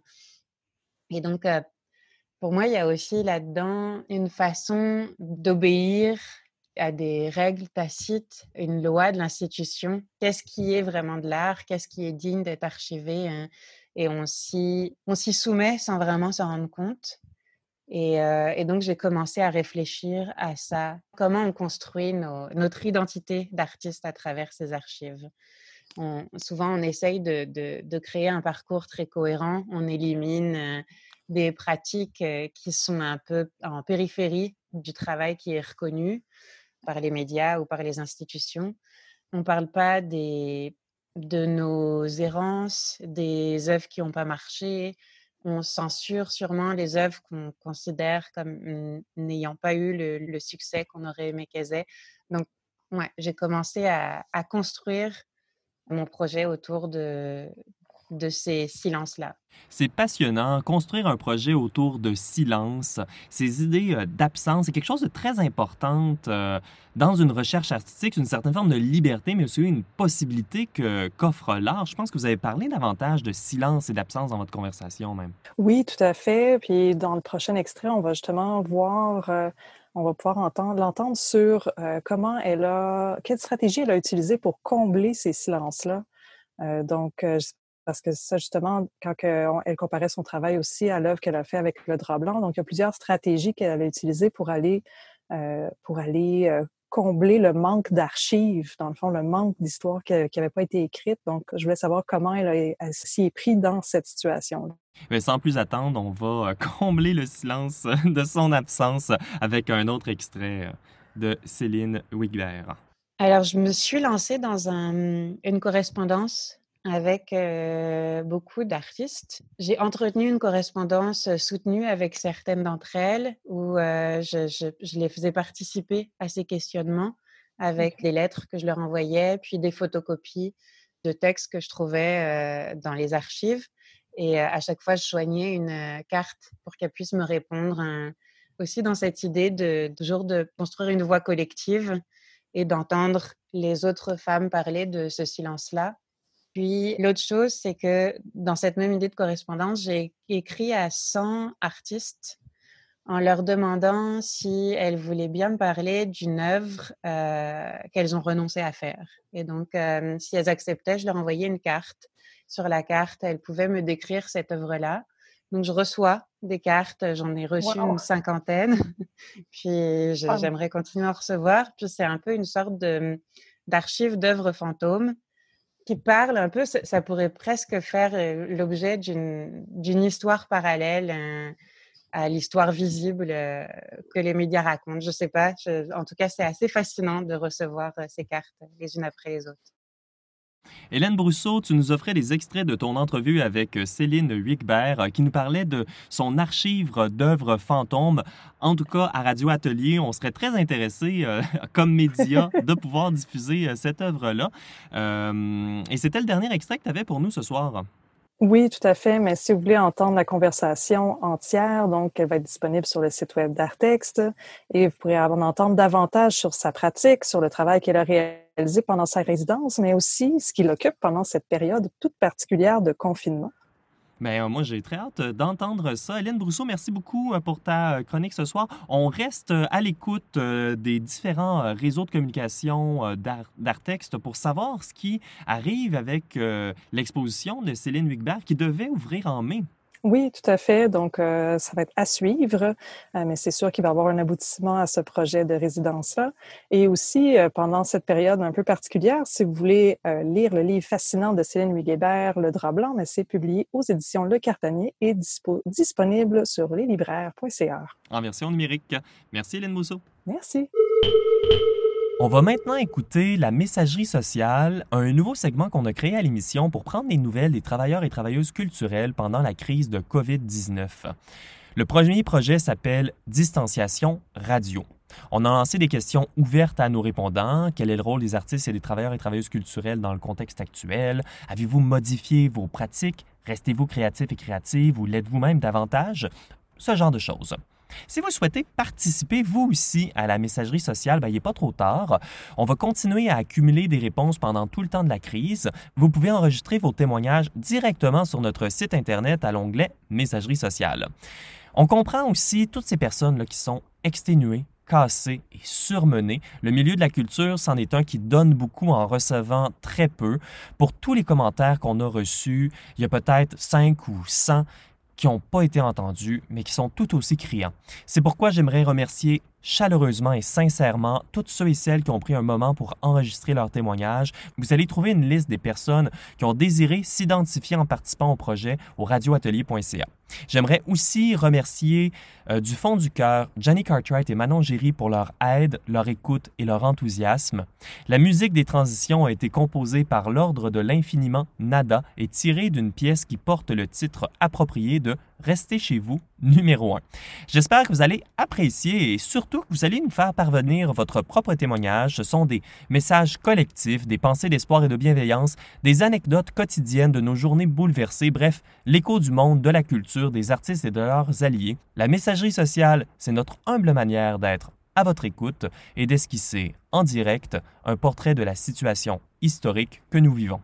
Et donc, euh, pour moi, il y a aussi là-dedans une façon d'obéir à des règles tacites, une loi de l'institution. Qu'est-ce qui est vraiment de l'art? Qu'est-ce qui est digne d'être archivé? Hein? Et on s'y, on s'y soumet sans vraiment s'en rendre compte. Et, euh, et donc, j'ai commencé à réfléchir à ça. Comment on construit nos, notre identité d'artiste à travers ces archives? On, souvent, on essaye de, de, de créer un parcours très cohérent. On élimine euh, des pratiques euh, qui sont un peu en périphérie du travail qui est reconnu par les médias ou par les institutions. On ne parle pas des, de nos errances, des œuvres qui n'ont pas marché. On censure sûrement les œuvres qu'on considère comme n'ayant pas eu le, le succès qu'on aurait aimé qu'elles aient. Donc, ouais, j'ai commencé à, à construire mon projet autour de, de ces silences-là. C'est passionnant. Construire un projet autour de silence, ces idées euh, d'absence, c'est quelque chose de très important euh, dans une recherche artistique, une certaine forme de liberté, mais aussi une possibilité que, qu'offre l'art. Je pense que vous avez parlé davantage de silence et d'absence dans votre conversation même. Oui, tout à fait. Puis dans le prochain extrait, on va justement voir... Euh, on va pouvoir entendre, l'entendre sur euh, comment elle a... Quelle stratégie elle a utilisée pour combler ces silences-là. Euh, donc, euh, parce que ça, justement, quand elle comparait son travail aussi à l'œuvre qu'elle a fait avec le drap blanc, donc il y a plusieurs stratégies qu'elle avait utilisées pour aller, euh, pour aller euh, combler le manque d'archives, dans le fond, le manque d'histoire qui n'avait pas été écrite. Donc, je voulais savoir comment elle, a, elle s'y est prise dans cette situation-là. Mais sans plus attendre, on va combler le silence de son absence avec un autre extrait de Céline Huygheberg. Alors, je me suis lancée dans un, une correspondance avec euh, beaucoup d'artistes. J'ai entretenu une correspondance soutenue avec certaines d'entre elles où euh, je, je, je les faisais participer à ces questionnements avec OK. des lettres que je leur envoyais, puis des photocopies de textes que je trouvais euh, dans les archives. Et euh, à chaque fois, je joignais une euh, carte pour qu'elles puissent me répondre. Un... Aussi dans cette idée de toujours de construire une voix collective et d'entendre les autres femmes parler de ce silence-là. Puis l'autre chose, c'est que dans cette même idée de correspondance, j'ai écrit à cent artistes en leur demandant si elles voulaient bien me parler d'une œuvre euh, qu'elles ont renoncé à faire. Et donc, euh, si elles acceptaient, je leur envoyais une carte. Sur la carte, elles pouvaient me décrire cette œuvre-là. Donc, je reçois des cartes, j'en ai reçu Wow! une cinquantaine, puis je, Wow! j'aimerais continuer à en recevoir. Puis c'est un peu une sorte de, d'archive d'œuvres fantômes qui parle un peu, ça, ça pourrait presque faire euh, l'objet d'une, d'une histoire parallèle euh, à l'histoire visible euh, que les médias racontent. Je sais pas, je, en tout cas, c'est assez fascinant de recevoir euh, ces cartes les unes après les autres. Hélène Brousseau, tu nous offrais des extraits de ton entrevue avec Céline Huygheberg qui nous parlait de son archive d'œuvres fantômes. En tout cas, à Radio Atelier, on serait très intéressés, euh, comme média, de pouvoir diffuser euh, cette œuvre-là. Euh, et c'était le dernier extrait que tu avais pour nous ce soir. Oui, tout à fait, mais si vous voulez entendre la conversation entière, donc elle va être disponible sur le site web d'Artexte et vous pourrez en entendre davantage sur sa pratique, sur le travail qu'elle a réalisé pendant sa résidence, mais aussi ce qui l'occupe pendant cette période toute particulière de confinement. Bien, moi, j'ai très hâte d'entendre ça. Hélène Brousseau, merci beaucoup pour ta chronique ce soir. On reste à l'écoute des différents réseaux de communication d'Ar- d'Artexte pour savoir ce qui arrive avec l'exposition de Céline Huygheberg qui devait ouvrir en mai. Oui, tout à fait. Donc, euh, ça va être à suivre, euh, mais c'est sûr qu'il va y avoir un aboutissement à ce projet de résidence-là. Et aussi, euh, pendant cette période un peu particulière, si vous voulez euh, lire le livre fascinant de Céline Huygheberg, Le drap blanc, mais c'est publié aux éditions Le Cartanier et dispo- disponible sur leslibraires point c a. En version numérique. Merci, Hélène Brousseau. Merci. On va maintenant écouter La Messagerie sociale, un nouveau segment qu'on a créé à l'émission pour prendre des nouvelles des travailleurs et travailleuses culturelles pendant la crise de covid dix-neuf. Le premier projet s'appelle Distanciation radio. On a lancé des questions ouvertes à nos répondants. Quel est le rôle des artistes et des travailleurs et travailleuses culturelles dans le contexte actuel? Avez-vous modifié vos pratiques? Restez-vous créatifs et créatives ou l'êtes-vous même davantage? Ce genre de choses. Si vous souhaitez participer, vous aussi, à la messagerie sociale, ben, il n'est pas trop tard. On va continuer à accumuler des réponses pendant tout le temps de la crise. Vous pouvez enregistrer vos témoignages directement sur notre site Internet à l'onglet « Messagerie sociale ». On comprend aussi toutes ces personnes là, qui sont exténuées, cassées et surmenées. Le milieu de la culture, c'en est un qui donne beaucoup en recevant très peu. Pour tous les commentaires qu'on a reçus, il y a peut-être cinq ou cent qui n'ont pas été entendus, mais qui sont tout aussi criants. C'est pourquoi j'aimerais remercier chaleureusement et sincèrement toutes ceux et celles qui ont pris un moment pour enregistrer leur témoignage. Vous allez trouver une liste des personnes qui ont désiré s'identifier en participant au projet au radio atelier point c a. J'aimerais aussi remercier euh, du fond du cœur Gianni Cartwright et Manon Géry pour leur aide, leur écoute et leur enthousiasme. La musique des transitions a été composée par l'Ordre de l'infiniment Nada et tirée d'une pièce qui porte le titre approprié de Restez chez vous, numéro un. J'espère que vous allez apprécier et surtout que vous allez nous faire parvenir votre propre témoignage. Ce sont des messages collectifs, des pensées d'espoir et de bienveillance, des anecdotes quotidiennes de nos journées bouleversées, bref, l'écho du monde, de la culture, des artistes et de leurs alliés. La messagerie sociale, c'est notre humble manière d'être à votre écoute et d'esquisser en direct un portrait de la situation historique que nous vivons.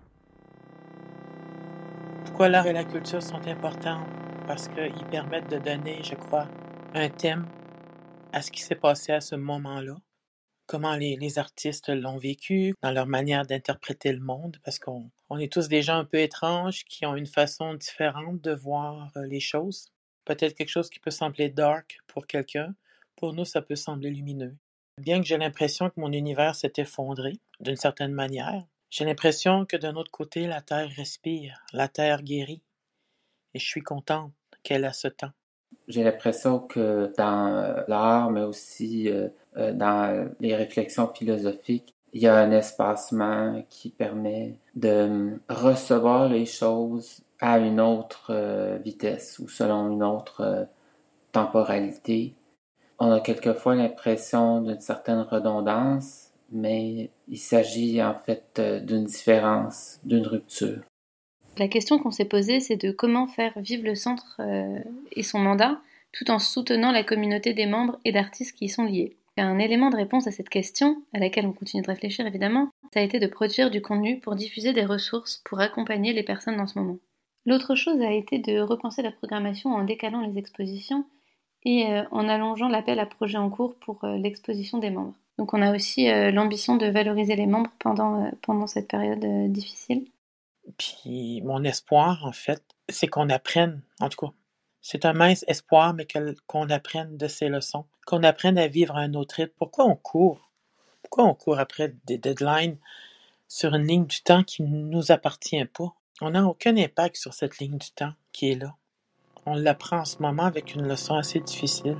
Pourquoi l'art et la culture sont importants? Parce qu'ils permettent de donner, je crois, un thème à ce qui s'est passé à ce moment-là. Comment les, les artistes l'ont vécu, dans leur manière d'interpréter le monde, parce qu'on on est tous des gens un peu étranges qui ont une façon différente de voir les choses. Peut-être quelque chose qui peut sembler dark pour quelqu'un, pour nous, ça peut sembler lumineux. Bien que j'ai l'impression que mon univers s'est effondré, d'une certaine manière, j'ai l'impression que d'un autre côté, la Terre respire, la Terre guérit. Et je suis contente qu'elle a ce temps. J'ai l'impression que dans l'art, mais aussi euh, dans les réflexions philosophiques, Il y a un espacement qui permet de recevoir les choses à une autre euh, vitesse ou selon une autre euh, temporalité. On a quelquefois l'impression d'une certaine redondance, mais il s'agit en fait euh, d'une différence, d'une rupture. La question qu'on s'est posée, c'est de comment faire vivre le centre euh, et son mandat, tout en soutenant la communauté des membres et d'artistes qui y sont liés. Un élément de réponse à cette question, à laquelle on continue de réfléchir évidemment, ça a été de produire du contenu pour diffuser des ressources pour accompagner les personnes dans ce moment. L'autre chose a été de repenser la programmation en décalant les expositions et euh, en allongeant l'appel à projets en cours pour euh, l'exposition des membres. Donc on a aussi euh, l'ambition de valoriser les membres pendant, euh, pendant cette période euh, difficile. Puis mon espoir, en fait, c'est qu'on apprenne, en tout cas, c'est un mince espoir, mais que, qu'on apprenne de ces leçons, qu'on apprenne à vivre à un autre rythme. Pourquoi on court? Pourquoi on court après des deadlines sur une ligne du temps qui ne nous appartient pas? On n'a aucun impact sur cette ligne du temps qui est là. On l'apprend en ce moment avec une leçon assez difficile.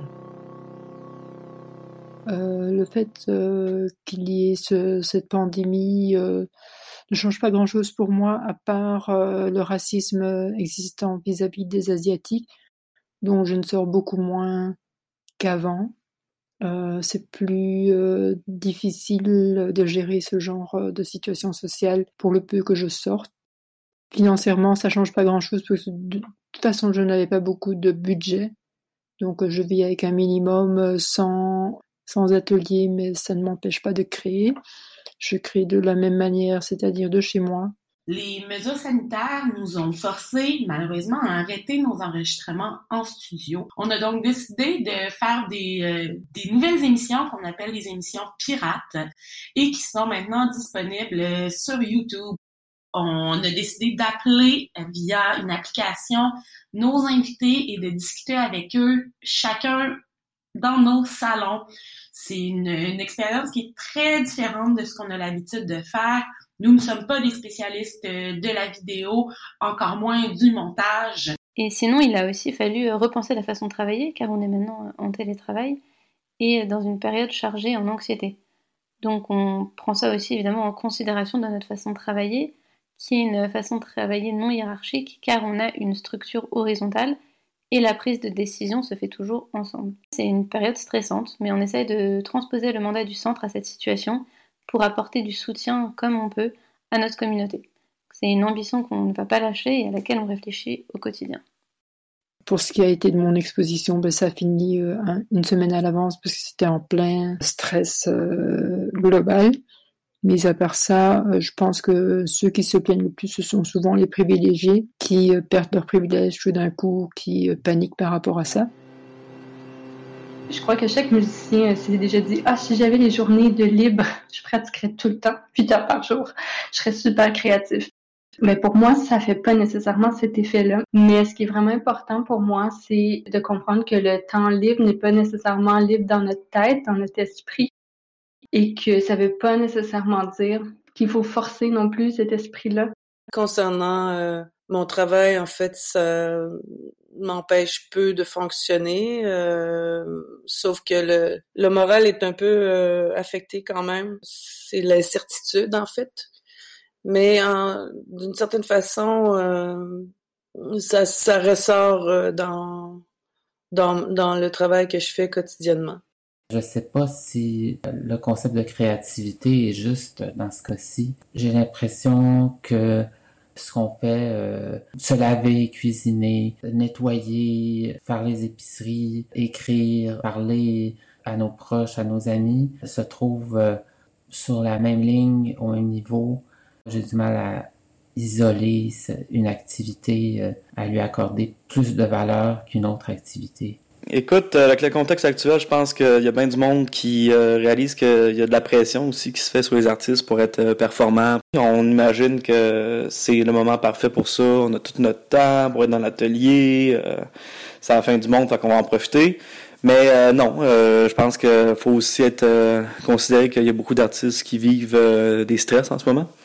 Euh, le fait euh, qu'il y ait ce, cette pandémie euh, ne change pas grand-chose pour moi, à part euh, le racisme existant vis-à-vis des Asiatiques, dont je ne sors beaucoup moins qu'avant. Euh, c'est plus euh, difficile de gérer ce genre de situation sociale pour le peu que je sorte. Financièrement, ça change pas grand-chose parce que de toute façon, je n'avais pas beaucoup de budget. Donc, je vis avec un minimum sans, sans atelier, mais ça ne m'empêche pas de créer. Je crée de la même manière, c'est-à-dire de chez moi. Les mesures sanitaires nous ont forcés, malheureusement, à arrêter nos enregistrements en studio. On a donc décidé de faire des, euh, des nouvelles émissions qu'on appelle les émissions pirates et qui sont maintenant disponibles sur YouTube. On a décidé d'appeler via une application nos invités et de discuter avec eux, chacun dans nos salons. C'est une, une expérience qui est très différente de ce qu'on a l'habitude de faire. Nous ne sommes pas des spécialistes de la vidéo, encore moins du montage. Et sinon, il a aussi fallu repenser la façon de travailler, car on est maintenant en télétravail et dans une période chargée en anxiété. Donc on prend ça aussi évidemment en considération dans notre façon de travailler, qui est une façon de travailler non hiérarchique, car on a une structure horizontale et la prise de décision se fait toujours ensemble. C'est une période stressante, mais on essaye de transposer le mandat du centre à cette situation pour apporter du soutien comme on peut à notre communauté. C'est une ambition qu'on ne va pas lâcher et à laquelle on réfléchit au quotidien. Pour ce qui a été de mon exposition, ben ça a fini euh, une semaine à l'avance parce que c'était en plein stress euh, global. Mais à part ça, euh, je pense que ceux qui se plaignent le plus, ce sont souvent les privilégiés qui euh, perdent leurs privilèges tout d'un coup, qui euh, paniquent par rapport à ça. Je crois que chaque musicien s'est déjà dit « Ah, si j'avais les journées de libre, je pratiquerais tout le temps, huit heures par jour. Je serais super créatif. » Mais pour moi, ça fait pas nécessairement cet effet-là. Mais ce qui est vraiment important pour moi, c'est de comprendre que le temps libre n'est pas nécessairement libre dans notre tête, dans notre esprit, et que ça veut pas nécessairement dire qu'il faut forcer non plus cet esprit-là. Concernant euh, mon travail, en fait, ça m'empêche peu de fonctionner, euh, sauf que le, le moral est un peu euh, affecté quand même. C'est l'incertitude, en fait. Mais en, d'une certaine façon, euh, ça, ça ressort dans, dans, dans le travail que je fais quotidiennement. Je ne sais pas si le concept de créativité est juste dans ce cas-ci. J'ai l'impression que ce qu'on fait, euh, se laver, cuisiner, nettoyer, faire les épiceries, écrire, parler à nos proches, à nos amis, se trouve euh, sur la même ligne, au même niveau. J'ai du mal à isoler une activité, à lui accorder plus de valeur qu'une autre activité. Écoute, avec le contexte actuel, je pense qu'il y a bien du monde qui euh, réalise qu'il y a de la pression aussi qui se fait sur les artistes pour être euh, performants. On imagine que c'est le moment parfait pour ça. On a tout notre temps pour être dans l'atelier. Euh, c'est la fin du monde, fait qu'on va en profiter. Mais euh, non, euh, je pense qu'il faut aussi être euh, considéré qu'il y a beaucoup d'artistes qui vivent euh, des stress en ce moment.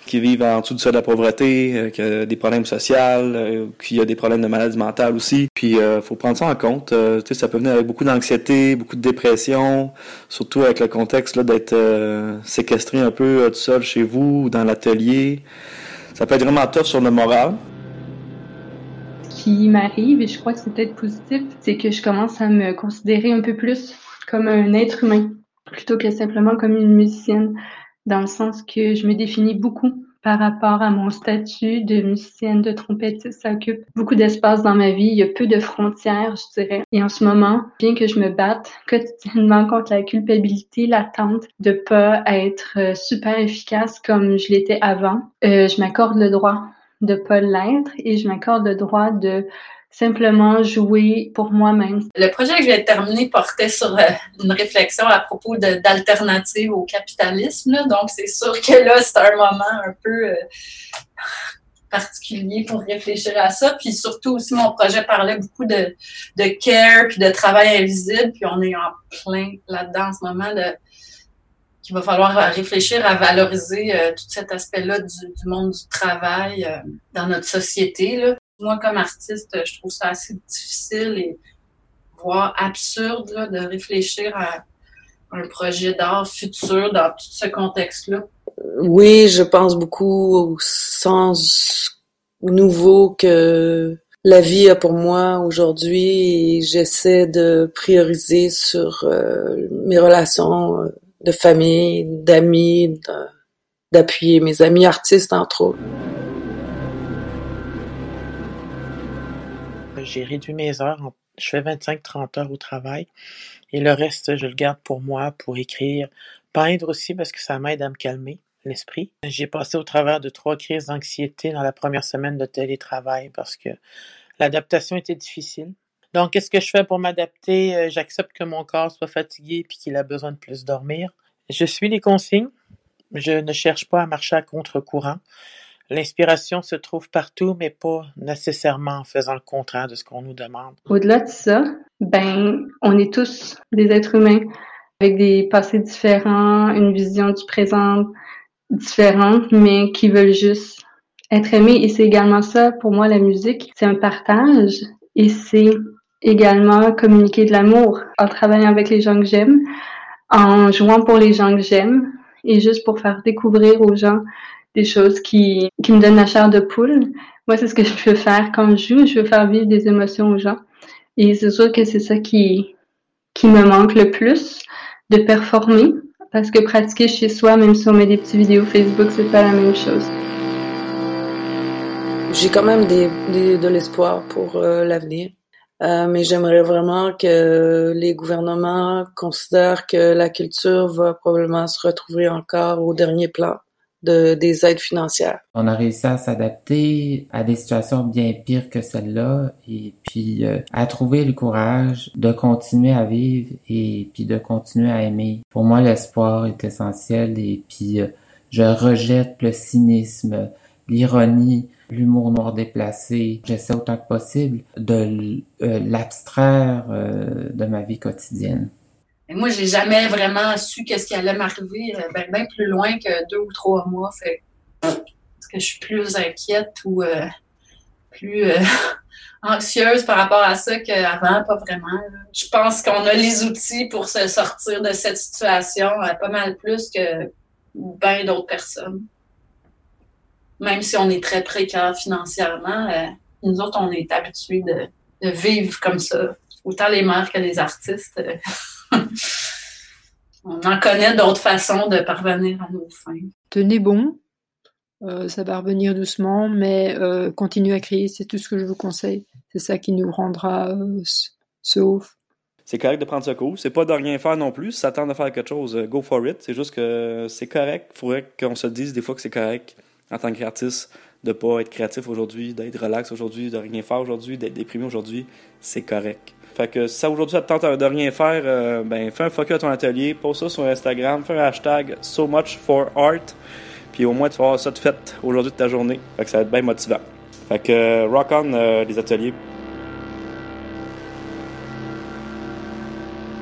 qui vivent en dessous du seuil de la pauvreté, euh, qui a des problèmes sociaux, euh, qui a des problèmes de maladies mentales aussi. Puis, euh, faut prendre ça en compte. Euh, tu sais, ça peut venir avec beaucoup d'anxiété, beaucoup de dépression, surtout avec le contexte là d'être euh, séquestré un peu euh, tout seul chez vous ou dans l'atelier. Ça peut être vraiment tough sur le moral. Ce qui m'arrive, et je crois que c'est peut-être positif, c'est que je commence à me considérer un peu plus comme un être humain, plutôt que simplement comme une musicienne, dans le sens que je me définis beaucoup par rapport à mon statut de musicienne, de trompettiste. Ça occupe beaucoup d'espace dans ma vie. Il y a peu de frontières, je dirais. Et en ce moment, bien que je me batte quotidiennement contre la culpabilité latente de pas être super efficace comme je l'étais avant, euh, je m'accorde le droit de pas l'être et je m'accorde le droit de simplement jouer pour moi-même. Le projet que je viens de terminer portait sur euh, une réflexion à propos de, d'alternatives au capitalisme. Là. Donc, c'est sûr que là, c'est un moment un peu euh, particulier pour réfléchir à ça. Puis surtout aussi, mon projet parlait beaucoup de, de care puis de travail invisible. Puis on est en plein là-dedans en ce moment de qu'il va falloir réfléchir à valoriser euh, tout cet aspect-là du, du monde du travail euh, dans notre société, là. Moi, comme artiste, je trouve ça assez difficile et voire absurde là, de réfléchir à un projet d'art futur dans tout ce contexte-là. Oui, je pense beaucoup au sens nouveau que la vie a pour moi aujourd'hui et j'essaie de prioriser sur euh, mes relations de famille, d'amis, de, d'appuyer mes amis artistes, entre autres. J'ai réduit mes heures. Je fais vingt-cinq à trente heures au travail. Et le reste, je le garde pour moi, pour écrire. Peindre aussi, parce que ça m'aide à me calmer l'esprit. J'ai passé au travers de trois crises d'anxiété dans la première semaine de télétravail parce que l'adaptation était difficile. Donc, qu'est-ce que je fais pour m'adapter? J'accepte que mon corps soit fatigué et qu'il a besoin de plus dormir. Je suis les consignes. Je ne cherche pas à marcher à contre-courant. L'inspiration se trouve partout, mais pas nécessairement en faisant le contraire de ce qu'on nous demande. Au-delà de ça, ben, on est tous des êtres humains avec des passés différents, une vision du présent différente, mais qui veulent juste être aimés. Et c'est également ça, pour moi, la musique. C'est un partage et c'est également communiquer de l'amour en travaillant avec les gens que j'aime, en jouant pour les gens que j'aime et juste pour faire découvrir aux gens des choses qui, qui me donnent la chair de poule. Moi, c'est ce que je veux faire quand je joue. Je veux faire vivre des émotions aux gens. Et c'est sûr que c'est ça qui, qui me manque le plus, de performer. Parce que pratiquer chez soi, même si on met des petites vidéos Facebook, c'est pas la même chose. J'ai quand même des, des, de l'espoir pour euh, l'avenir. Euh, mais j'aimerais vraiment que les gouvernements considèrent que la culture va probablement se retrouver encore au dernier plan de, des aides financières. On a réussi à s'adapter à des situations bien pires que celle-là et puis euh, à trouver le courage de continuer à vivre et puis de continuer à aimer. Pour moi, l'espoir est essentiel et puis euh, je rejette le cynisme, l'ironie, l'humour noir déplacé. J'essaie autant que possible de euh, l'abstraire euh, de ma vie quotidienne. Et moi, j'ai jamais vraiment su qu'est-ce qui allait m'arriver, ben, ben plus loin que deux ou trois mois. Fait est-ce que je suis plus inquiète ou euh, plus euh, anxieuse par rapport à ça qu'avant? Pas vraiment. Là. Je pense qu'on a les outils pour se sortir de cette situation euh, pas mal plus que bien d'autres personnes. Même si on est très précaire financièrement, euh, nous autres, on est habitués de, de vivre comme ça. Autant les mères que les artistes. Euh, on en connaît d'autres façons de parvenir à nos fins. Tenez bon, euh, ça va revenir doucement, mais euh, continuez à créer, c'est tout ce que je vous conseille. C'est ça qui nous rendra euh, saufs. C'est correct de prendre ce coup. C'est pas de rien faire non plus. Si ça tente de faire quelque chose, go for it. C'est juste que c'est correct. Il faudrait qu'on se dise des fois que c'est correct en tant qu'artiste de pas être créatif aujourd'hui, d'être relax aujourd'hui, de rien faire aujourd'hui, d'être déprimé aujourd'hui. C'est correct. Fait que si ça aujourd'hui ça te tente de rien faire, euh, ben fais un focus à ton atelier, poste ça sur Instagram, fais un hashtag so much for art, puis au moins tu vas avoir ça de fait aujourd'hui de ta journée. Fait que ça va être bien motivant. Fait que euh, rock on euh, les ateliers.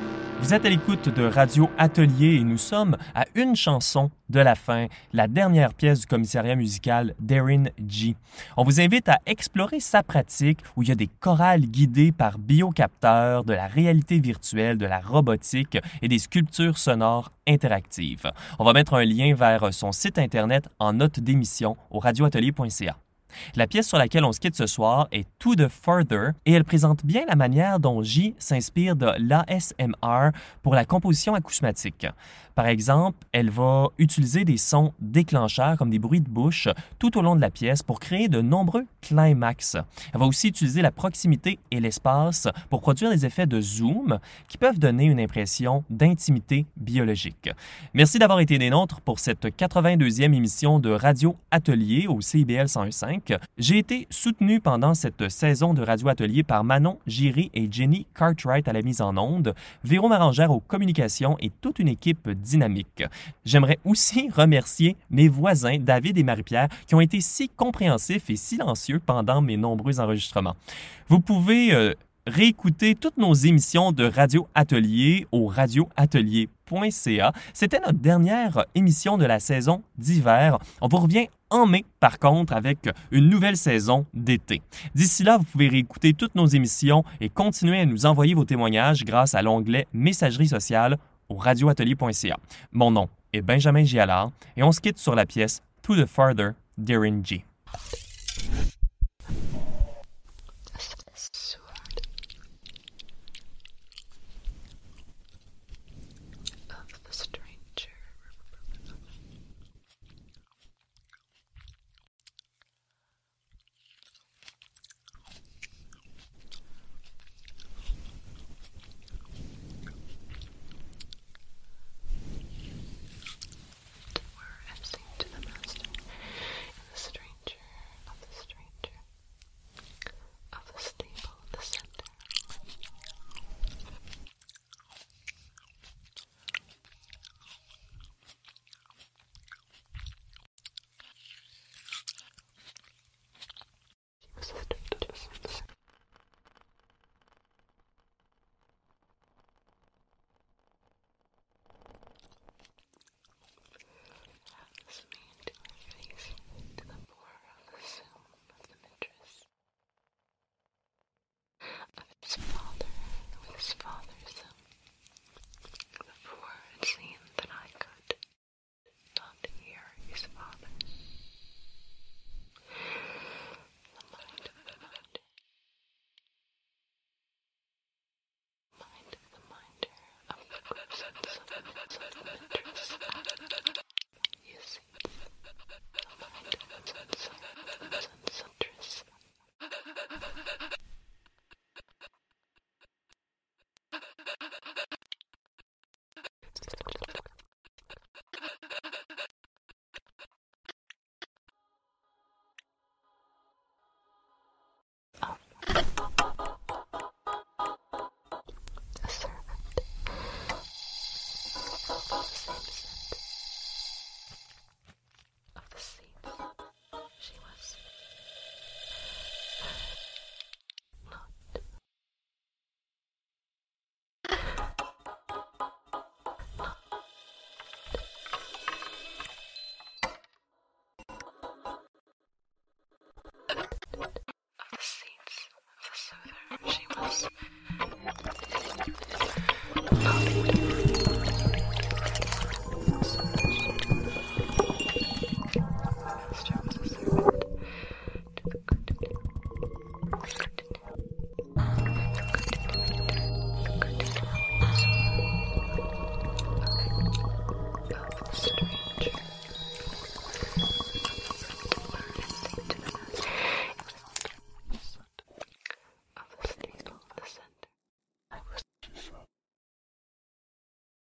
Vous êtes à l'écoute de Radio Atelier et nous sommes à une chanson de la fin, la dernière pièce du commissariat musical Darren G. On vous invite à explorer sa pratique où il y a des chorales guidées par biocapteurs, de la réalité virtuelle, de la robotique et des sculptures sonores interactives. On va mettre un lien vers son site Internet en note d'émission au radio atelier point c a. La pièce sur laquelle on se quitte ce soir est To the Further et elle présente bien la manière dont J s'inspire de l'A S M R pour la composition acousmatique. Par exemple, elle va utiliser des sons déclencheurs comme des bruits de bouche tout au long de la pièce pour créer de nombreux climax. Elle va aussi utiliser la proximité et l'espace pour produire des effets de zoom qui peuvent donner une impression d'intimité biologique. Merci d'avoir été des nôtres pour cette quatre-vingt-deuxième émission de Radio Atelier au C I B L cent un virgule cinq. J'ai été soutenu pendant cette saison de Radio Atelier par Manon Giry et Jenny Cartwright à la mise en onde, Véro Marangère aux communications et toute une équipe dynamique. J'aimerais aussi remercier mes voisins David et Marie-Pierre qui ont été si compréhensifs et silencieux pendant mes nombreux enregistrements. Vous pouvez euh, réécouter toutes nos émissions de Radio Atelier au radio atelier point c a. C'était notre dernière émission de la saison d'hiver. On vous revient en mai, par contre, avec une nouvelle saison d'été. D'ici là, vous pouvez réécouter toutes nos émissions et continuer à nous envoyer vos témoignages grâce à l'onglet Messagerie sociale au radio atelier point c a. Mon nom est Benjamin Gialard et on se quitte sur la pièce To the Further, Darren G.